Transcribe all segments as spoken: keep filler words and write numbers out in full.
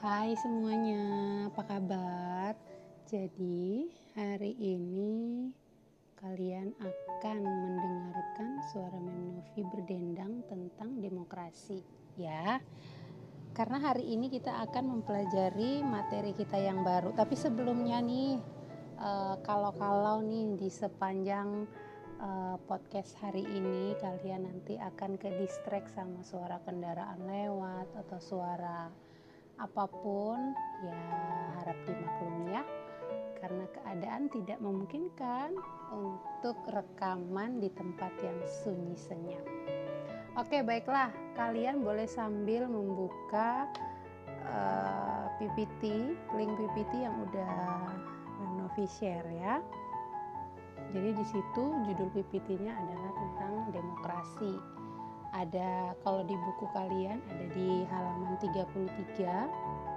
Hai semuanya, apa kabar? Jadi hari ini kalian akan mendengarkan suara Mem Novi berdendang tentang demokrasi, ya. Karena hari ini kita akan mempelajari materi kita yang baru. Tapi sebelumnya nih, uh, kalau-kalau nih di sepanjang uh, podcast hari ini kalian nanti akan ke distract sama suara kendaraan lewat atau suara apapun, ya harap dimaklumi ya, karena keadaan tidak memungkinkan untuk rekaman di tempat yang sunyi senyap. Oke, baiklah, kalian boleh sambil membuka uh, P P T, link P P T yang udah Novi share ya. Jadi di situ judul P P T-nya adalah tentang demokrasi. Ada, kalau di buku kalian ada di halaman tiga puluh tiga.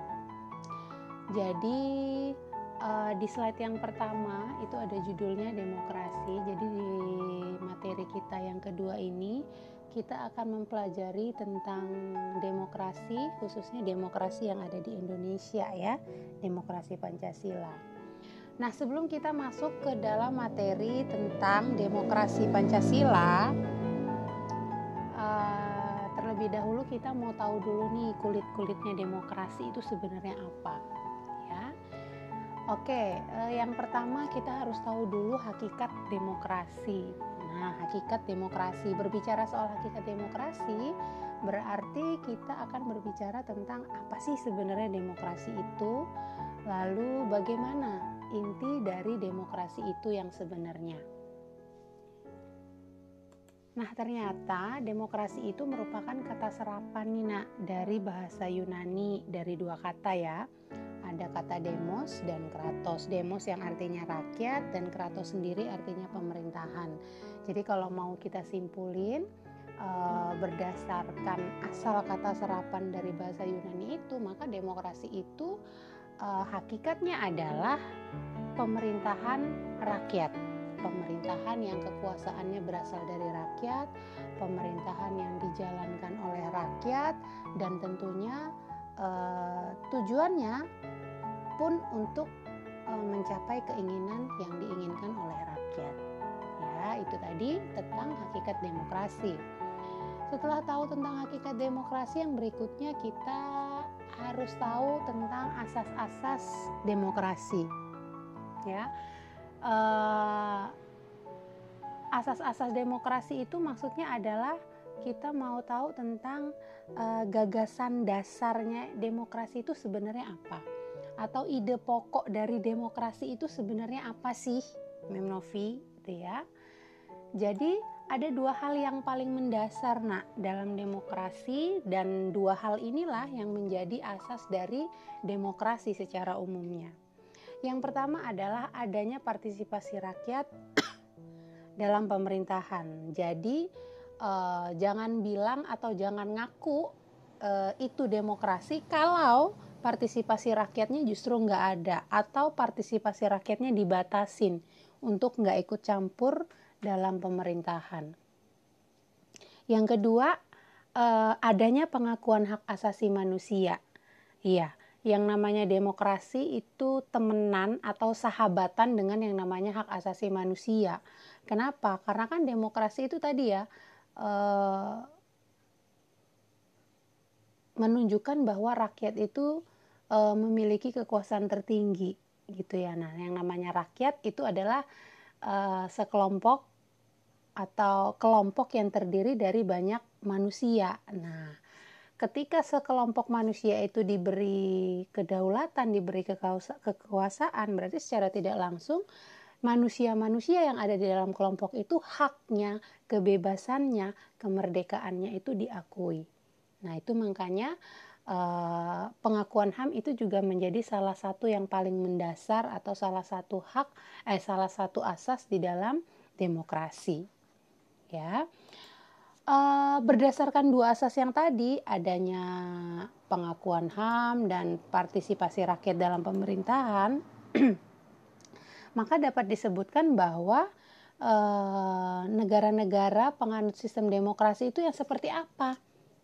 Jadi uh, di slide yang pertama itu ada judulnya demokrasi. Jadi di materi kita yang kedua ini kita akan mempelajari tentang demokrasi, khususnya demokrasi yang ada di Indonesia ya, demokrasi Pancasila. Nah, sebelum kita masuk ke dalam materi tentang demokrasi Pancasila, Uh, terlebih dahulu kita mau tahu dulu nih kulit-kulitnya demokrasi itu sebenarnya apa ya. Oke, uh, yang pertama kita harus tahu dulu hakikat demokrasi. Nah, hakikat demokrasi, berbicara soal hakikat demokrasi berarti kita akan berbicara tentang apa sih sebenarnya demokrasi itu, lalu bagaimana inti dari demokrasi itu yang sebenarnya. Nah, ternyata demokrasi itu merupakan kata serapan nih nak, dari bahasa Yunani, dari dua kata ya. Ada kata demos dan kratos. Demos yang artinya rakyat dan kratos sendiri artinya pemerintahan. Jadi kalau mau kita simpulin uh, berdasarkan asal kata serapan dari bahasa Yunani itu, maka demokrasi itu uh, hakikatnya adalah pemerintahan rakyat. Pemerintahan yang kekuasaannya berasal dari rakyat, pemerintahan yang dijalankan oleh rakyat, dan tentunya eh, tujuannya pun untuk eh, mencapai keinginan yang diinginkan oleh rakyat. Ya, itu tadi tentang hakikat demokrasi. Setelah tahu tentang hakikat demokrasi, yang berikutnya kita harus tahu tentang asas-asas demokrasi. Ya. Uh, asas-asas demokrasi itu maksudnya adalah kita mau tahu tentang uh, gagasan dasarnya demokrasi itu sebenarnya apa, atau ide pokok dari demokrasi itu sebenarnya apa sih, Mem Novi, gitu ya. Jadi ada dua hal yang paling mendasar nak dalam demokrasi, dan dua hal inilah yang menjadi asas dari demokrasi secara umumnya. Yang pertama adalah adanya partisipasi rakyat dalam pemerintahan. Jadi eh, jangan bilang atau jangan ngaku eh, itu demokrasi kalau partisipasi rakyatnya justru nggak ada, atau partisipasi rakyatnya dibatasin untuk nggak ikut campur dalam pemerintahan. Yang kedua, eh, adanya pengakuan hak asasi manusia. Iya. Yang namanya demokrasi itu temenan atau sahabatan dengan yang namanya hak asasi manusia. Kenapa? Karena kan demokrasi itu tadi ya eh, menunjukkan bahwa rakyat itu eh, memiliki kekuasaan tertinggi, gitu ya. Nah, yang namanya rakyat itu adalah eh, sekelompok atau kelompok yang terdiri dari banyak manusia. Nah, ketika sekelompok manusia itu diberi kedaulatan, diberi kekuasaan, berarti secara tidak langsung manusia-manusia yang ada di dalam kelompok itu haknya, kebebasannya, kemerdekaannya itu diakui. Nah, itu makanya eh, pengakuan H A M itu juga menjadi salah satu yang paling mendasar atau salah satu hak, eh salah satu asas di dalam demokrasi. Ya. Uh, berdasarkan dua asas yang tadi, adanya pengakuan H A M dan partisipasi rakyat dalam pemerintahan, maka dapat disebutkan bahwa uh, negara-negara penganut sistem demokrasi itu yang seperti apa?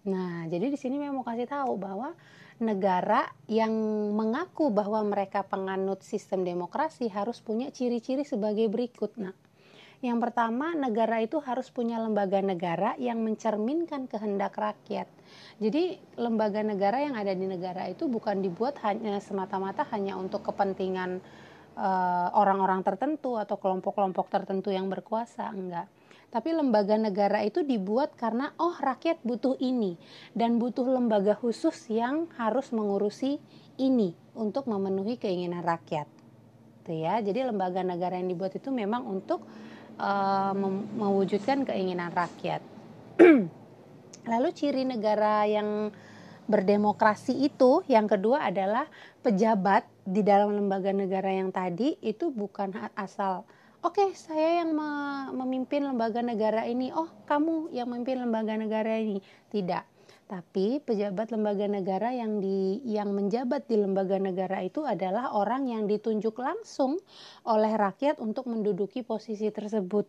Nah, jadi di sini memang mau kasih tahu bahwa negara yang mengaku bahwa mereka penganut sistem demokrasi harus punya ciri-ciri sebagai berikut. Nah, yang pertama, negara itu harus punya lembaga negara yang mencerminkan kehendak rakyat. Jadi, lembaga negara yang ada di negara itu bukan dibuat hanya semata-mata hanya untuk kepentingan uh, orang-orang tertentu atau kelompok-kelompok tertentu yang berkuasa, enggak. Tapi lembaga negara itu dibuat karena oh rakyat butuh ini dan butuh lembaga khusus yang harus mengurusi ini untuk memenuhi keinginan rakyat. Tuh ya. Jadi lembaga negara yang dibuat itu memang untuk uh, mewujudkan keinginan rakyat. Lalu ciri negara yang berdemokrasi itu yang kedua adalah pejabat di dalam lembaga negara yang tadi itu bukan asal oke, okay, saya yang memimpin lembaga negara ini. Oh, kamu yang memimpin lembaga negara ini. Tidak. Tapi pejabat lembaga negara yang di yang menjabat di lembaga negara itu adalah orang yang ditunjuk langsung oleh rakyat untuk menduduki posisi tersebut.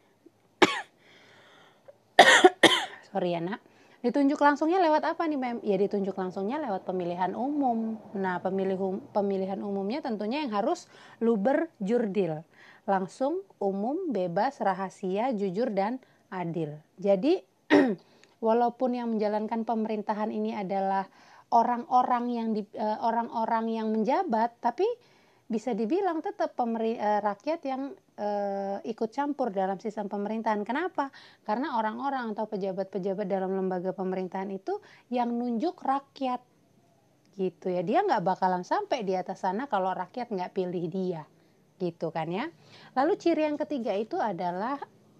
Sorry ya, Nak. Ditunjuk langsungnya lewat apa nih, Mem? Ya ditunjuk langsungnya lewat pemilihan umum. Nah, pemilih pemilihan umumnya tentunya yang harus luber jurdil. Langsung, umum, bebas, rahasia, jujur, dan adil. Jadi, walaupun yang menjalankan pemerintahan ini adalah orang-orang yang di, uh, orang-orang yang menjabat, tapi bisa dibilang tetap pemeri, uh, rakyat yang uh, ikut campur dalam sistem pemerintahan. Kenapa? Karena orang-orang atau pejabat-pejabat dalam lembaga pemerintahan itu yang nunjuk rakyat. Gitu ya. Dia nggak bakalan sampai di atas sana kalau rakyat nggak pilih dia. Gitu kan ya. Lalu ciri yang ketiga itu adalah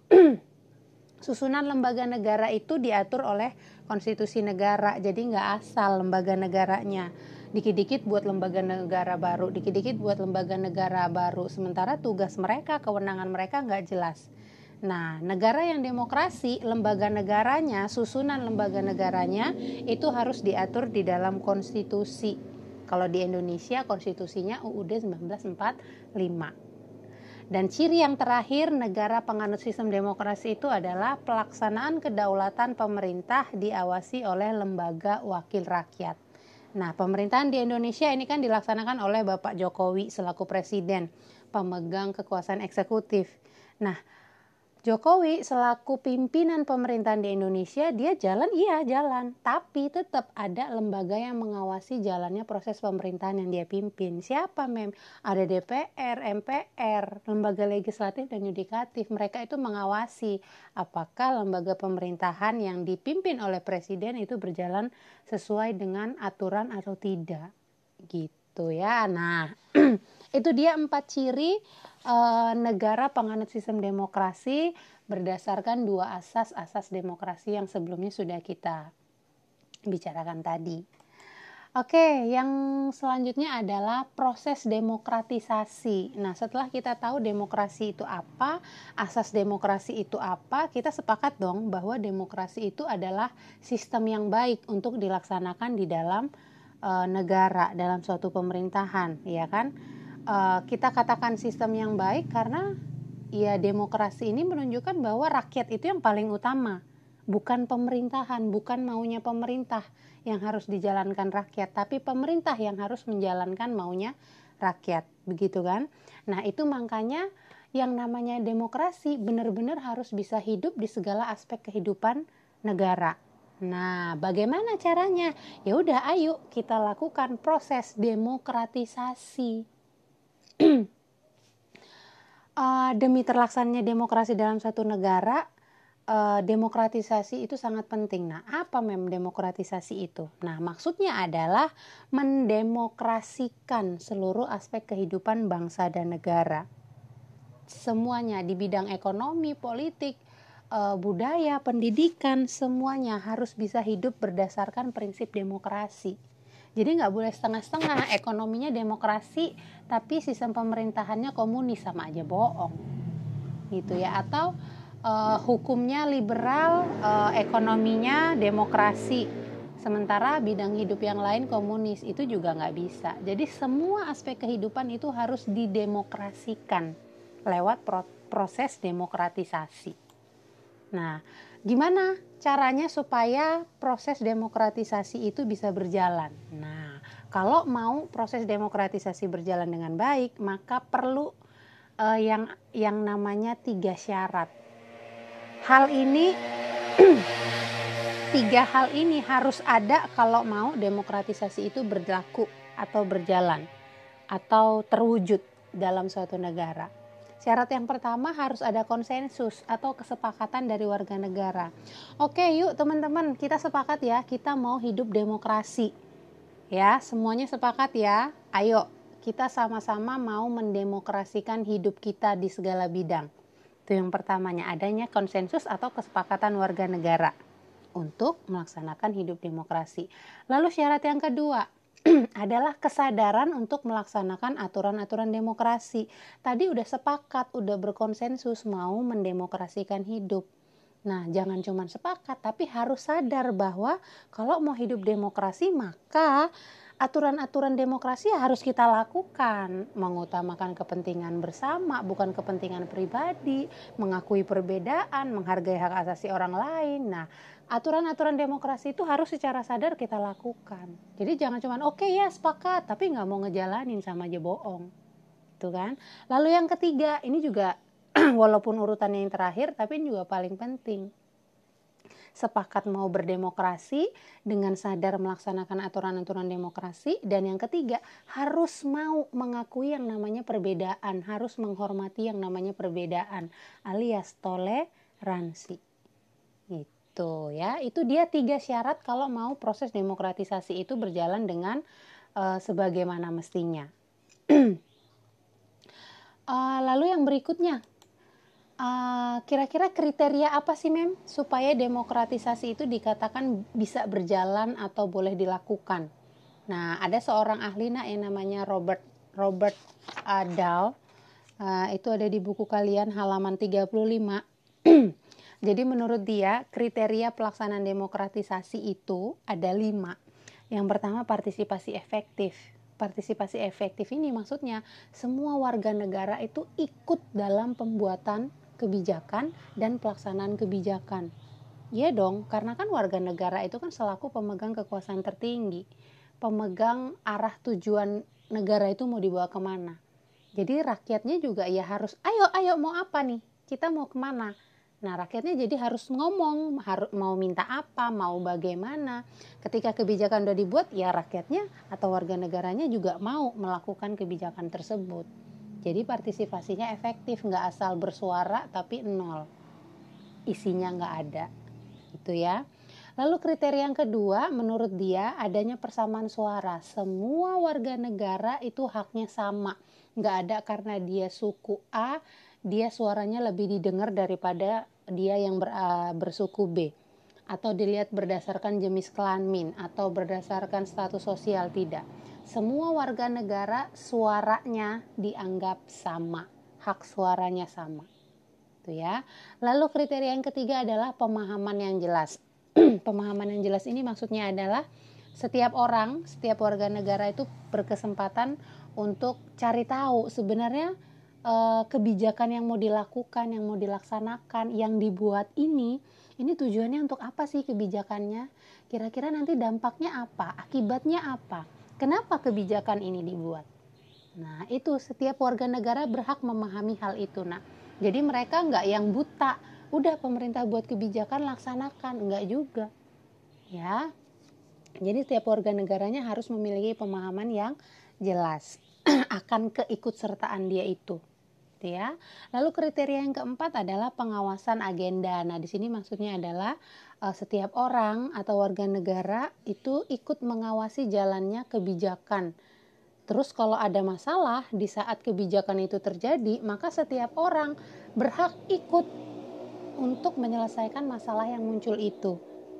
susunan lembaga negara itu diatur oleh konstitusi negara. Jadi nggak asal lembaga negaranya. Dikit-dikit buat lembaga negara baru, dikit-dikit buat lembaga negara baru. Sementara tugas mereka, kewenangan mereka nggak jelas. Nah, negara yang demokrasi, lembaga negaranya, susunan lembaga negaranya itu harus diatur di dalam konstitusi. Kalau di Indonesia konstitusinya U U D seribu sembilan ratus empat puluh lima. Dan ciri yang terakhir negara penganut sistem demokrasi itu adalah pelaksanaan kedaulatan pemerintah diawasi oleh lembaga wakil rakyat. Nah, pemerintahan di Indonesia ini kan dilaksanakan oleh Bapak Jokowi selaku presiden, pemegang kekuasaan eksekutif. Nah, Jokowi selaku pimpinan pemerintahan di Indonesia, dia jalan, iya jalan. Tapi tetap ada lembaga yang mengawasi jalannya proses pemerintahan yang dia pimpin. Siapa, Mem? Ada D P R, M P R, lembaga legislatif dan yudikatif. Mereka itu mengawasi apakah lembaga pemerintahan yang dipimpin oleh presiden itu berjalan sesuai dengan aturan atau tidak. Gitu ya. Nah, itu dia empat ciri uh, negara penganut sistem demokrasi berdasarkan dua asas-asas demokrasi yang sebelumnya sudah kita bicarakan tadi. Oke, yang selanjutnya adalah proses demokratisasi. Nah, setelah kita tahu demokrasi itu apa, asas demokrasi itu apa, kita sepakat dong bahwa demokrasi itu adalah sistem yang baik untuk dilaksanakan di dalam uh, negara, dalam suatu pemerintahan, ya kan? Uh, kita katakan sistem yang baik karena ya demokrasi ini menunjukkan bahwa rakyat itu yang paling utama, bukan pemerintahan, bukan maunya pemerintah yang harus dijalankan rakyat, tapi pemerintah yang harus menjalankan maunya rakyat, begitu kan? Nah, itu makanya yang namanya demokrasi benar-benar harus bisa hidup di segala aspek kehidupan negara. Nah, bagaimana caranya? Ya udah, ayo kita lakukan proses demokratisasi. uh, demi terlaksananya demokrasi dalam satu negara, uh, demokratisasi itu sangat penting. Nah, apa mem demokratisasi itu? Nah, maksudnya adalah mendemokrasikan seluruh aspek kehidupan bangsa dan negara. Semuanya di bidang ekonomi, politik, uh, budaya, pendidikan, semuanya harus bisa hidup berdasarkan prinsip demokrasi. Jadi nggak boleh setengah-setengah, ekonominya demokrasi tapi sistem pemerintahannya komunis, sama aja bohong gitu ya. Atau uh, hukumnya liberal, uh, ekonominya demokrasi, sementara bidang hidup yang lain komunis, itu juga nggak bisa. Jadi semua aspek kehidupan itu harus didemokrasikan lewat pro- proses demokratisasi. Nah, Gimana caranya supaya proses demokratisasi itu bisa berjalan? Nah, kalau mau proses demokratisasi berjalan dengan baik, maka perlu uh, yang yang namanya tiga syarat. Hal ini tiga hal ini harus ada kalau mau demokratisasi itu berlaku atau berjalan atau terwujud dalam suatu negara. Syarat yang pertama harus ada konsensus atau kesepakatan dari warga negara. Oke, yuk teman-teman, kita sepakat ya, kita mau hidup demokrasi. Ya, semuanya sepakat ya. Ayo, kita sama-sama mau mendemokrasikan hidup kita di segala bidang. Itu yang pertamanya, adanya konsensus atau kesepakatan warga negara untuk melaksanakan hidup demokrasi. Lalu syarat yang kedua adalah kesadaran untuk melaksanakan aturan-aturan demokrasi. Tadi udah sepakat, udah berkonsensus mau mendemokrasikan hidup. Nah, jangan cuma sepakat, tapi harus sadar bahwa kalau mau hidup demokrasi, maka aturan-aturan demokrasi harus kita lakukan. Mengutamakan kepentingan bersama, bukan kepentingan pribadi, mengakui perbedaan, menghargai hak asasi orang lain. Nah, aturan-aturan demokrasi itu harus secara sadar kita lakukan. Jadi jangan cuma oke okay, ya sepakat, tapi nggak mau ngejalanin, sama aja bohong. Itu kan. Lalu yang ketiga, ini juga walaupun urutannya yang terakhir, tapi ini juga paling penting. Sepakat mau berdemokrasi dengan sadar melaksanakan aturan-aturan demokrasi. Dan yang ketiga, harus mau mengakui yang namanya perbedaan, harus menghormati yang namanya perbedaan, alias toleransi. Gitu. Tuh ya, itu dia tiga syarat kalau mau proses demokratisasi itu berjalan dengan uh, sebagaimana mestinya. uh, lalu yang berikutnya, uh, kira-kira kriteria apa sih Mem supaya demokratisasi itu dikatakan bisa berjalan atau boleh dilakukan? Nah, ada seorang ahli nah, yang namanya Robert Robert uh, Dahl, uh, itu ada di buku kalian halaman tiga puluh lima. Jadi menurut dia kriteria pelaksanaan demokratisasi itu ada lima. Yang pertama partisipasi efektif. Partisipasi efektif ini maksudnya semua warga negara itu ikut dalam pembuatan kebijakan dan pelaksanaan kebijakan. Iya dong, karena kan warga negara itu kan selaku pemegang kekuasaan tertinggi. Pemegang arah tujuan negara itu mau dibawa kemana. Jadi rakyatnya juga ya harus, ayo, ayo mau apa nih? Kita mau kemana? Nah, rakyatnya jadi harus ngomong, harus mau minta apa, mau bagaimana. Ketika kebijakan udah dibuat, ya rakyatnya atau warga negaranya juga mau melakukan kebijakan tersebut. Jadi partisipasinya efektif, nggak asal bersuara tapi nol. Isinya nggak ada. Itu ya. Lalu kriteria yang kedua, menurut dia adanya persamaan suara. Semua warga negara itu haknya sama. Nggak ada karena dia suku A, dia suaranya lebih didengar daripada dia yang ber, uh, bersuku B, atau dilihat berdasarkan jenis kelamin atau berdasarkan status sosial. Tidak, semua warga negara suaranya dianggap sama, hak suaranya sama. Itu ya. Lalu kriteria yang ketiga adalah pemahaman yang jelas. Pemahaman yang jelas ini maksudnya adalah setiap orang, setiap warga negara itu berkesempatan untuk cari tahu sebenarnya Uh, kebijakan yang mau dilakukan, yang mau dilaksanakan, yang dibuat ini, ini tujuannya untuk apa sih kebijakannya? Kira-kira nanti dampaknya apa? Akibatnya apa? Kenapa kebijakan ini dibuat? Nah, itu setiap warga negara berhak memahami hal itu. Nah, jadi mereka nggak yang buta, udah pemerintah buat kebijakan laksanakan, nggak juga. Ya, jadi setiap warga negaranya harus memiliki pemahaman yang jelas akan keikutsertaan dia itu. Ya. Lalu kriteria yang keempat adalah pengawasan agenda. Nah, di sini maksudnya adalah uh, setiap orang atau warga negara itu ikut mengawasi jalannya kebijakan. Terus kalau ada masalah di saat kebijakan itu terjadi, maka setiap orang berhak ikut untuk menyelesaikan masalah yang muncul itu.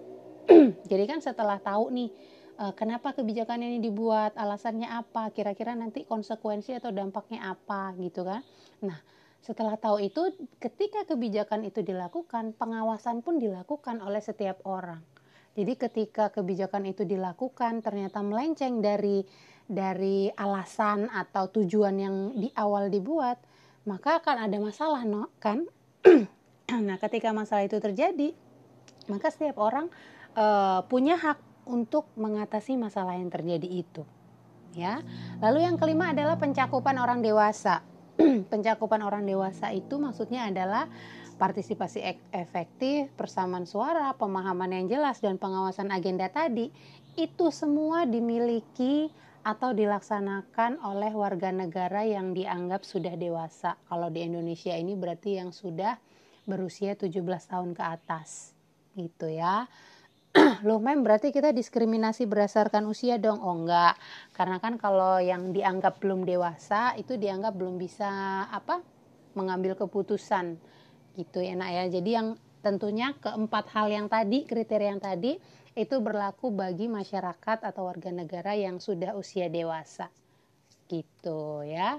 Jadi kan setelah tahu nih kenapa kebijakan ini dibuat, alasannya apa, kira-kira nanti konsekuensi atau dampaknya apa gitu kan. Nah, setelah tahu itu, ketika kebijakan itu dilakukan, pengawasan pun dilakukan oleh setiap orang. Jadi ketika kebijakan itu dilakukan ternyata melenceng dari dari alasan atau tujuan yang di awal dibuat, maka akan ada masalah, no? Kan? Nah, ketika masalah itu terjadi, Maka setiap orang uh, punya hak untuk mengatasi masalah yang terjadi itu. Ya. Lalu yang kelima adalah pencakupan orang dewasa. Pencakupan orang dewasa itu maksudnya adalah partisipasi efektif, persamaan suara, pemahaman yang jelas, dan pengawasan agenda tadi. Itu semua dimiliki atau dilaksanakan oleh warga negara yang dianggap sudah dewasa. Kalau di Indonesia ini berarti yang sudah berusia tujuh belas tahun ke atas. Gitu ya. Loh mem, berarti kita diskriminasi berdasarkan usia dong? Oh enggak, karena kan kalau yang dianggap belum dewasa itu dianggap belum bisa apa mengambil keputusan gitu ya nak ya. Jadi yang tentunya keempat hal yang tadi, kriteria yang tadi itu berlaku bagi masyarakat atau warga negara yang sudah usia dewasa gitu ya.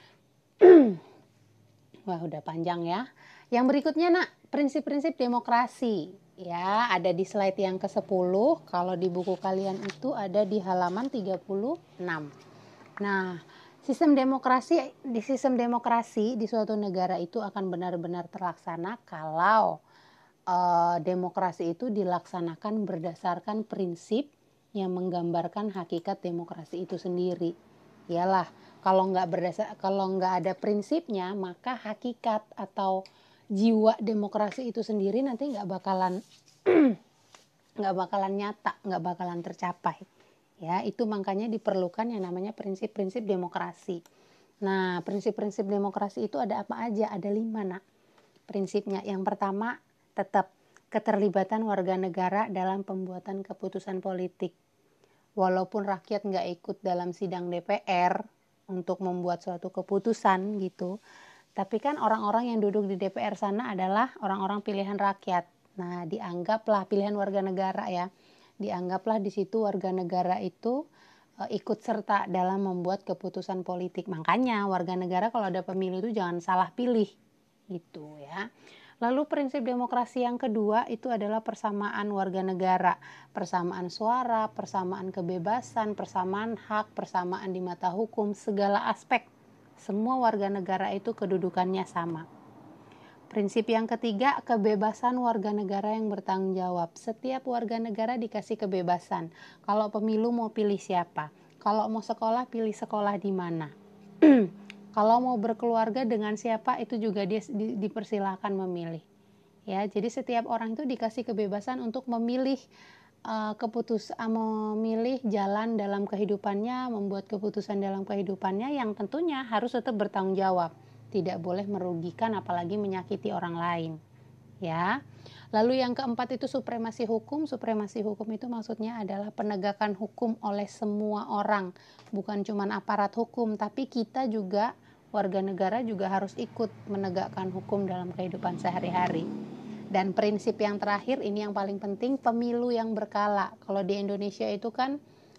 Wah udah panjang ya. Yang berikutnya nak, prinsip-prinsip demokrasi. Ya, ada di slide yang kesepuluh. Kalau di buku kalian itu ada di halaman tiga puluh enam. Nah, sistem demokrasi di sistem demokrasi di suatu negara itu akan benar-benar terlaksana kalau uh, demokrasi itu dilaksanakan berdasarkan prinsip yang menggambarkan hakikat demokrasi itu sendiri. Iyalah, kalau nggak berdasar kalau nggak ada prinsipnya, maka hakikat atau jiwa demokrasi itu sendiri nanti nggak bakalan nggak bakalan nyata, nggak bakalan tercapai. Ya, itu makanya diperlukan yang namanya prinsip-prinsip demokrasi. Nah, prinsip-prinsip demokrasi itu ada apa aja? Ada lima nak prinsipnya. Yang pertama, tetap keterlibatan warga negara dalam pembuatan keputusan politik. Walaupun rakyat nggak ikut dalam sidang D P R untuk membuat suatu keputusan gitu, tapi kan orang-orang yang duduk di D P R sana adalah orang-orang pilihan rakyat. Nah, dianggaplah pilihan warga negara ya. Dianggaplah di situ warga negara itu e, ikut serta dalam membuat keputusan politik. Makanya warga negara kalau ada pemilu itu jangan salah pilih. Gitu ya. Lalu prinsip demokrasi yang kedua itu adalah persamaan warga negara. Persamaan suara, persamaan kebebasan, persamaan hak, persamaan di mata hukum, segala aspek. Semua warga negara itu kedudukannya sama. Prinsip yang ketiga, kebebasan warga negara yang bertanggung jawab. Setiap warga negara dikasih kebebasan. Kalau pemilu mau pilih siapa? Kalau mau sekolah, pilih sekolah di mana? Kalau mau berkeluarga dengan siapa, itu juga dia di, dipersilahkan memilih. Ya, jadi setiap orang itu dikasih kebebasan untuk memilih uh, keputus, uh, memilih jalan dalam kehidupannya, membuat keputusan dalam kehidupannya yang tentunya harus tetap bertanggung jawab. Tidak boleh merugikan apalagi menyakiti orang lain. Ya. Lalu yang keempat itu supremasi hukum. Supremasi hukum itu maksudnya adalah penegakan hukum oleh semua orang, bukan cuma aparat hukum, tapi kita juga warga negara juga harus ikut menegakkan hukum dalam kehidupan sehari-hari. Dan prinsip yang terakhir ini yang paling penting, pemilu yang berkala. Kalau di Indonesia itu kan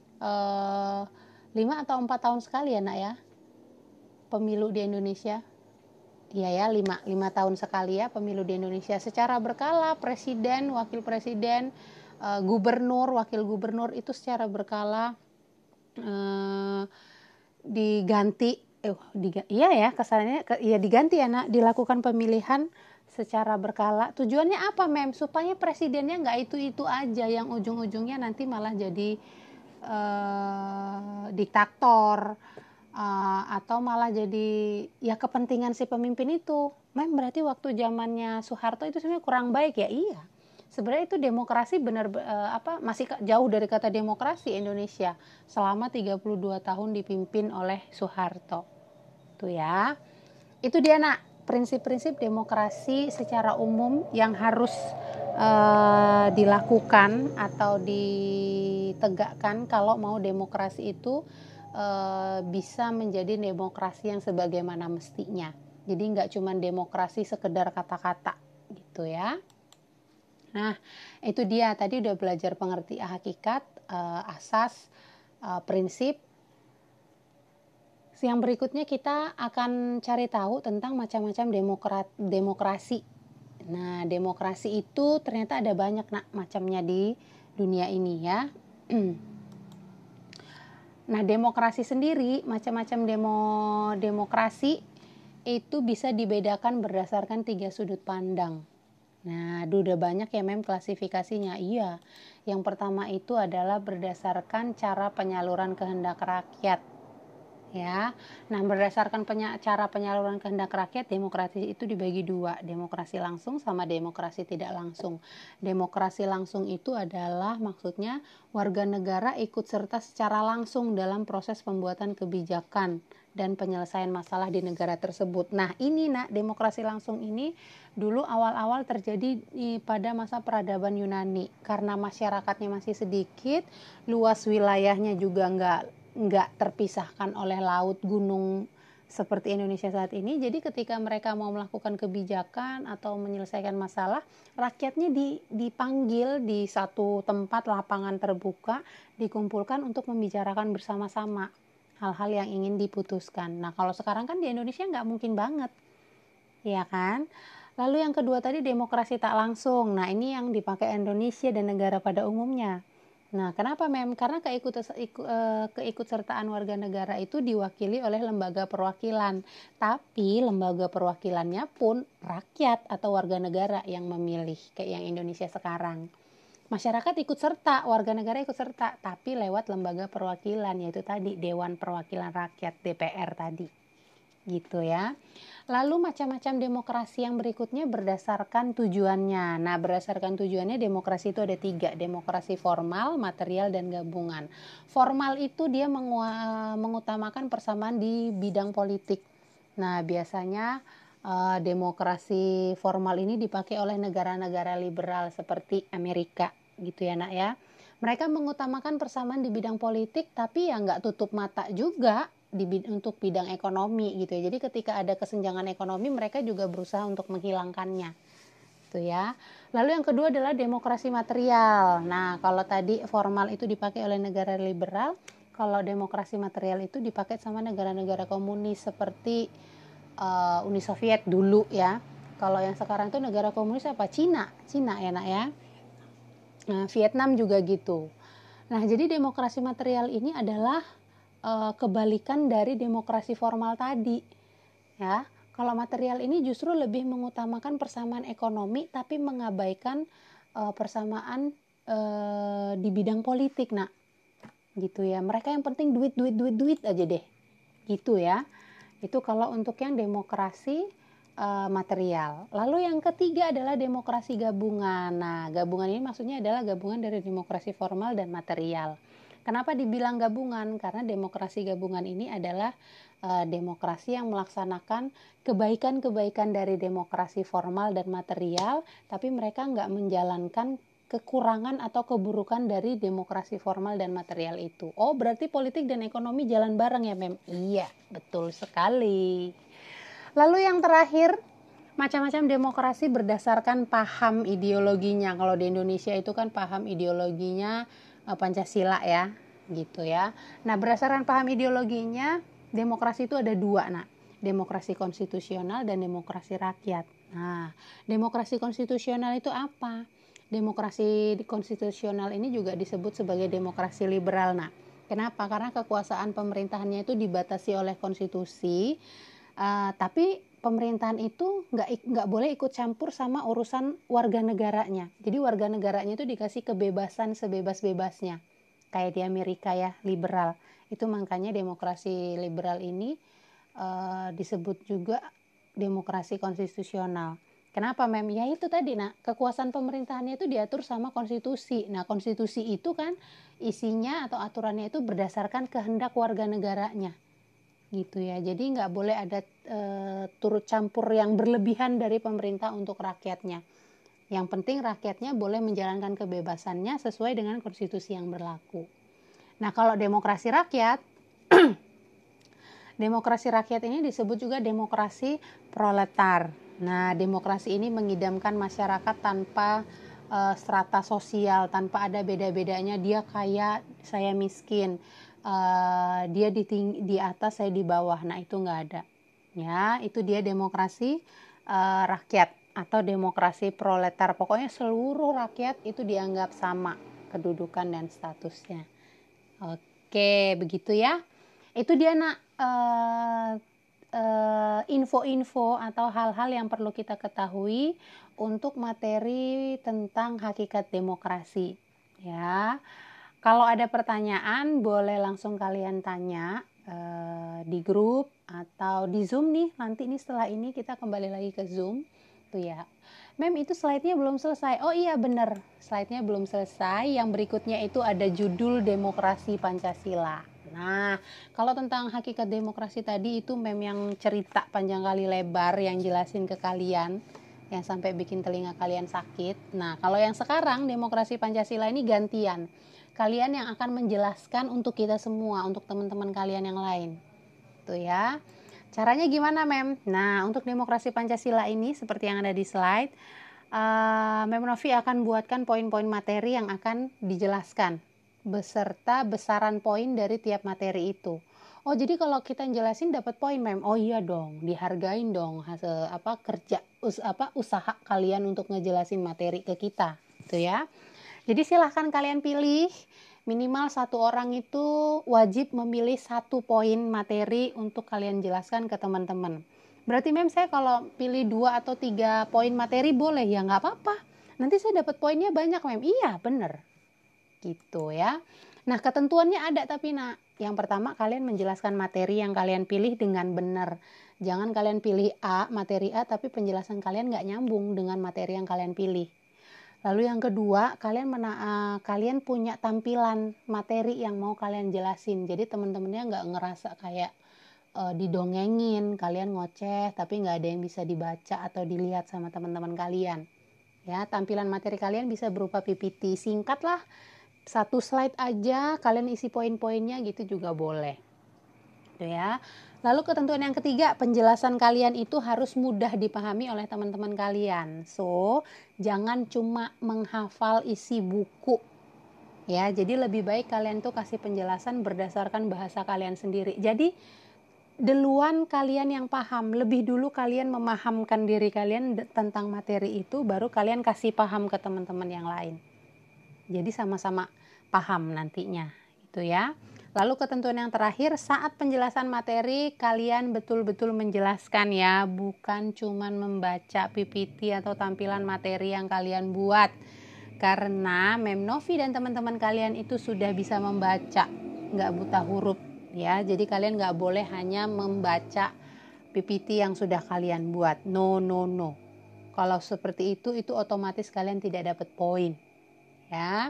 eh, lima atau empat tahun sekali ya nak ya pemilu di Indonesia. Iya ya, lima, lima tahun sekali ya pemilu di Indonesia secara berkala, presiden, wakil presiden, uh, gubernur, wakil gubernur itu secara berkala uh, diganti, eh, diga, iya ya kesannya, ke, iya diganti ya nak, dilakukan pemilihan secara berkala. Tujuannya apa mem? Supaya presidennya nggak itu-itu aja yang ujung-ujungnya nanti malah jadi uh, diktator. Uh, atau malah jadi ya kepentingan si pemimpin itu. Mem berarti waktu zamannya Soeharto itu sebenarnya kurang baik ya. Iya. Sebenarnya itu demokrasi benar uh, apa masih jauh dari kata demokrasi Indonesia selama tiga puluh dua tahun dipimpin oleh Soeharto. Tuh ya. Itu dia nak prinsip-prinsip demokrasi secara umum yang harus uh, dilakukan atau ditegakkan kalau mau demokrasi itu bisa menjadi demokrasi yang sebagaimana mestinya. Jadi nggak cuma demokrasi sekedar kata-kata gitu ya. Nah itu dia tadi udah belajar pengertian hakikat, asas, prinsip. Yang berikutnya kita akan cari tahu tentang macam-macam demokrat, demokrasi. Nah demokrasi itu ternyata ada banyak nak macamnya di dunia ini ya. Nah, demokrasi sendiri, macam-macam demo demokrasi itu bisa dibedakan berdasarkan tiga sudut pandang. Nah, udah banyak ya mem klasifikasinya. Iya, yang pertama itu adalah berdasarkan cara penyaluran kehendak rakyat. Ya, nah berdasarkan penya, cara penyaluran kehendak rakyat, demokrasi itu dibagi dua, demokrasi langsung sama demokrasi tidak langsung. Demokrasi langsung itu adalah maksudnya warga negara ikut serta secara langsung dalam proses pembuatan kebijakan dan penyelesaian masalah di negara tersebut. Nah ini nak demokrasi langsung ini dulu awal-awal terjadi di, pada masa peradaban Yunani, karena masyarakatnya masih sedikit, luas wilayahnya juga enggak nggak terpisahkan oleh laut gunung seperti Indonesia saat ini. Jadi ketika mereka mau melakukan kebijakan atau menyelesaikan masalah, rakyatnya dipanggil di satu tempat lapangan terbuka, dikumpulkan untuk membicarakan bersama-sama hal-hal yang ingin diputuskan. Nah kalau sekarang kan di Indonesia nggak mungkin banget, ya kan? Lalu yang kedua tadi demokrasi tak langsung. Nah ini yang dipakai Indonesia dan negara pada umumnya. Nah, kenapa mem? Karena keikut, keikutsertaan warga negara itu diwakili oleh lembaga perwakilan. Tapi lembaga perwakilannya pun rakyat atau warga negara yang memilih, kayak yang Indonesia sekarang. Masyarakat ikut serta, warga negara ikut serta, tapi lewat lembaga perwakilan, yaitu tadi Dewan Perwakilan Rakyat, D P R tadi. Gitu ya. Lalu macam-macam demokrasi yang berikutnya berdasarkan tujuannya. Nah, berdasarkan tujuannya demokrasi itu ada tiga. Demokrasi formal, material, dan gabungan. Formal itu dia mengu- mengutamakan persamaan di bidang politik. Nah, biasanya uh, demokrasi formal ini dipakai oleh negara-negara liberal seperti Amerika gitu ya nak ya. Mereka mengutamakan persamaan di bidang politik, tapi ya nggak tutup mata juga di, untuk bidang ekonomi gitu ya. Jadi ketika ada kesenjangan ekonomi, mereka juga berusaha untuk menghilangkannya gitu ya. Lalu yang kedua adalah demokrasi material. Nah kalau tadi formal itu dipakai oleh negara liberal, kalau demokrasi material itu dipakai sama negara-negara komunis seperti uh, Uni Soviet dulu ya. Kalau yang sekarang itu negara komunis apa? Cina, Cina ya nak ya. Nah, Vietnam juga gitu. Nah jadi demokrasi material ini adalah kebalikan dari demokrasi formal tadi ya. Kalau material ini justru lebih mengutamakan persamaan ekonomi tapi mengabaikan uh, persamaan uh, di bidang politik nak gitu ya. Mereka yang penting duit duit duit duit aja deh gitu ya. Itu kalau untuk yang demokrasi uh, material. Lalu yang ketiga adalah demokrasi gabungan. Nah gabungan ini maksudnya adalah gabungan dari demokrasi formal dan material. Kenapa dibilang gabungan? Karena demokrasi gabungan ini adalah uh, demokrasi yang melaksanakan kebaikan-kebaikan dari demokrasi formal dan material, tapi mereka nggak menjalankan kekurangan atau keburukan dari demokrasi formal dan material itu. Oh, berarti politik dan ekonomi jalan bareng ya, Mem? Iya, betul sekali. Lalu yang terakhir, macam-macam demokrasi berdasarkan paham ideologinya. Kalau di Indonesia itu kan paham ideologinya Pancasila ya, gitu ya. Nah, berdasarkan paham ideologinya, demokrasi itu ada dua, nak. Demokrasi konstitusional dan demokrasi rakyat. Nah, demokrasi konstitusional itu apa? Demokrasi konstitusional ini juga disebut sebagai demokrasi liberal, nak. Kenapa? Karena kekuasaan pemerintahannya itu dibatasi oleh konstitusi, uh, tapi pemerintahan itu nggak nggak boleh ikut campur sama urusan warga negaranya. Jadi warga negaranya itu dikasih kebebasan sebebas-bebasnya. Kayak di Amerika ya, liberal. Itu makanya demokrasi liberal ini uh, disebut juga demokrasi konstitusional. Kenapa mem? Ya itu tadi nak, kekuasaan pemerintahannya itu diatur sama konstitusi. Nah konstitusi itu kan isinya atau aturannya itu berdasarkan kehendak warga negaranya. Gitu ya. Jadi nggak boleh ada e, turut campur yang berlebihan dari pemerintah untuk rakyatnya. Yang penting rakyatnya boleh menjalankan kebebasannya sesuai dengan konstitusi yang berlaku. Nah kalau demokrasi rakyat, demokrasi rakyat ini disebut juga demokrasi proletar. Nah demokrasi ini mengidamkan masyarakat tanpa e, strata sosial, tanpa ada beda-bedanya dia kaya, saya miskin. Uh, dia di, ting- di atas saya di bawah, nah itu nggak ada ya. Itu dia demokrasi uh, rakyat atau demokrasi proletar. Pokoknya seluruh rakyat itu dianggap sama kedudukan dan statusnya. Oke begitu ya. Itu dia nak uh, uh, info-info atau hal-hal yang perlu kita ketahui untuk materi tentang hakikat demokrasi. Ya, kalau ada pertanyaan boleh langsung kalian tanya uh, di grup atau di Zoom nih. Nanti nih setelah ini kita kembali lagi ke Zoom. Tuh ya. Mem, itu slide-nya belum selesai. Oh iya bener, slide-nya belum selesai. Yang berikutnya itu ada judul Demokrasi Pancasila. Nah, kalau tentang hakikat demokrasi tadi itu Mem yang cerita panjang kali lebar yang jelasin ke kalian, yang sampai bikin telinga kalian sakit. Nah, kalau yang sekarang Demokrasi Pancasila ini gantian. Kalian yang akan menjelaskan untuk kita semua, untuk teman-teman kalian yang lain. Tuh ya. Caranya gimana, Mem? Nah, untuk Demokrasi Pancasila ini seperti yang ada di slide, uh, Mem Novi akan buatkan poin-poin materi yang akan dijelaskan beserta besaran poin dari tiap materi itu. Oh, jadi kalau kita jelasin dapat poin, Mem. Oh iya dong, dihargain dong hasil apa kerja us, apa usaha kalian untuk ngejelasin materi ke kita, gitu ya. Jadi silahkan kalian pilih. Minimal satu orang itu wajib memilih satu poin materi untuk kalian jelaskan ke teman-teman. Berarti Mem, saya kalau pilih dua atau tiga poin materi boleh ya, nggak apa-apa. Nanti saya dapat poinnya banyak, Mem. Iya bener, gitu ya. Nah, ketentuannya ada tapi nak. Yang pertama, kalian menjelaskan materi yang kalian pilih dengan benar. Jangan kalian pilih A, materi A, tapi penjelasan kalian nggak nyambung dengan materi yang kalian pilih. Lalu yang kedua, kalian mena uh, kalian punya tampilan materi yang mau kalian jelasin. Jadi teman-temannya nggak ngerasa kayak uh, didongengin, kalian ngoceh, tapi nggak ada yang bisa dibaca atau dilihat sama teman-teman kalian. Ya, tampilan materi kalian bisa berupa P P T singkat lah, satu slide aja, kalian isi poin-poinnya gitu juga boleh. Tuh ya. Lalu ketentuan yang ketiga, penjelasan kalian itu harus mudah dipahami oleh teman-teman kalian. So, jangan cuma menghafal isi buku. Ya, jadi lebih baik kalian tuh kasih penjelasan berdasarkan bahasa kalian sendiri. Jadi, duluan kalian yang paham, lebih dulu kalian memahamkan diri kalian tentang materi itu, baru kalian kasih paham ke teman-teman yang lain. Jadi sama-sama paham nantinya, gitu ya. Lalu ketentuan yang terakhir, saat penjelasan materi kalian betul-betul menjelaskan ya, bukan cuma membaca P P T atau tampilan materi yang kalian buat. Karena Mem Novi dan teman-teman kalian itu sudah bisa membaca, nggak buta huruf ya. Jadi kalian nggak boleh hanya membaca P P T yang sudah kalian buat. No, no, no. Kalau seperti itu, itu otomatis kalian tidak dapat poin. Ya.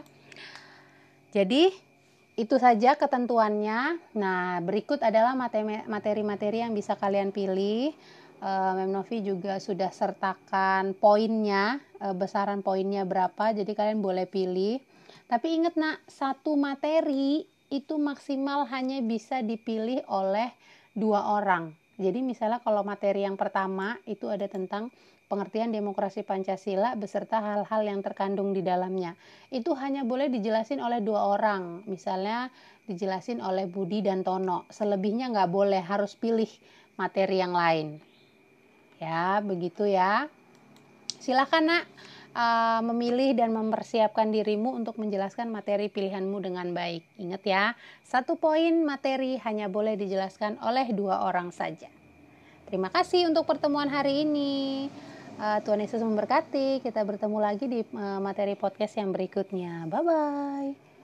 Jadi itu saja ketentuannya. Nah, berikut adalah materi-materi yang bisa kalian pilih. Uh, Mem Novi juga sudah sertakan poinnya, uh, besaran poinnya berapa. Jadi kalian boleh pilih. Tapi ingat nak, satu materi itu maksimal hanya bisa dipilih oleh dua orang. Jadi misalnya kalau materi yang pertama itu ada tentang pengertian demokrasi Pancasila beserta hal-hal yang terkandung di dalamnya. Itu hanya boleh dijelasin oleh dua orang. Misalnya dijelasin oleh Budi dan Tono. Selebihnya nggak boleh, harus pilih materi yang lain. Ya, begitu ya. Silakan nak uh, memilih dan mempersiapkan dirimu untuk menjelaskan materi pilihanmu dengan baik. Ingat ya, satu poin materi hanya boleh dijelaskan oleh dua orang saja. Terima kasih untuk pertemuan hari ini. Uh, Tuhan Yesus memberkati. Kita bertemu lagi di uh, materi podcast yang berikutnya. Bye-bye.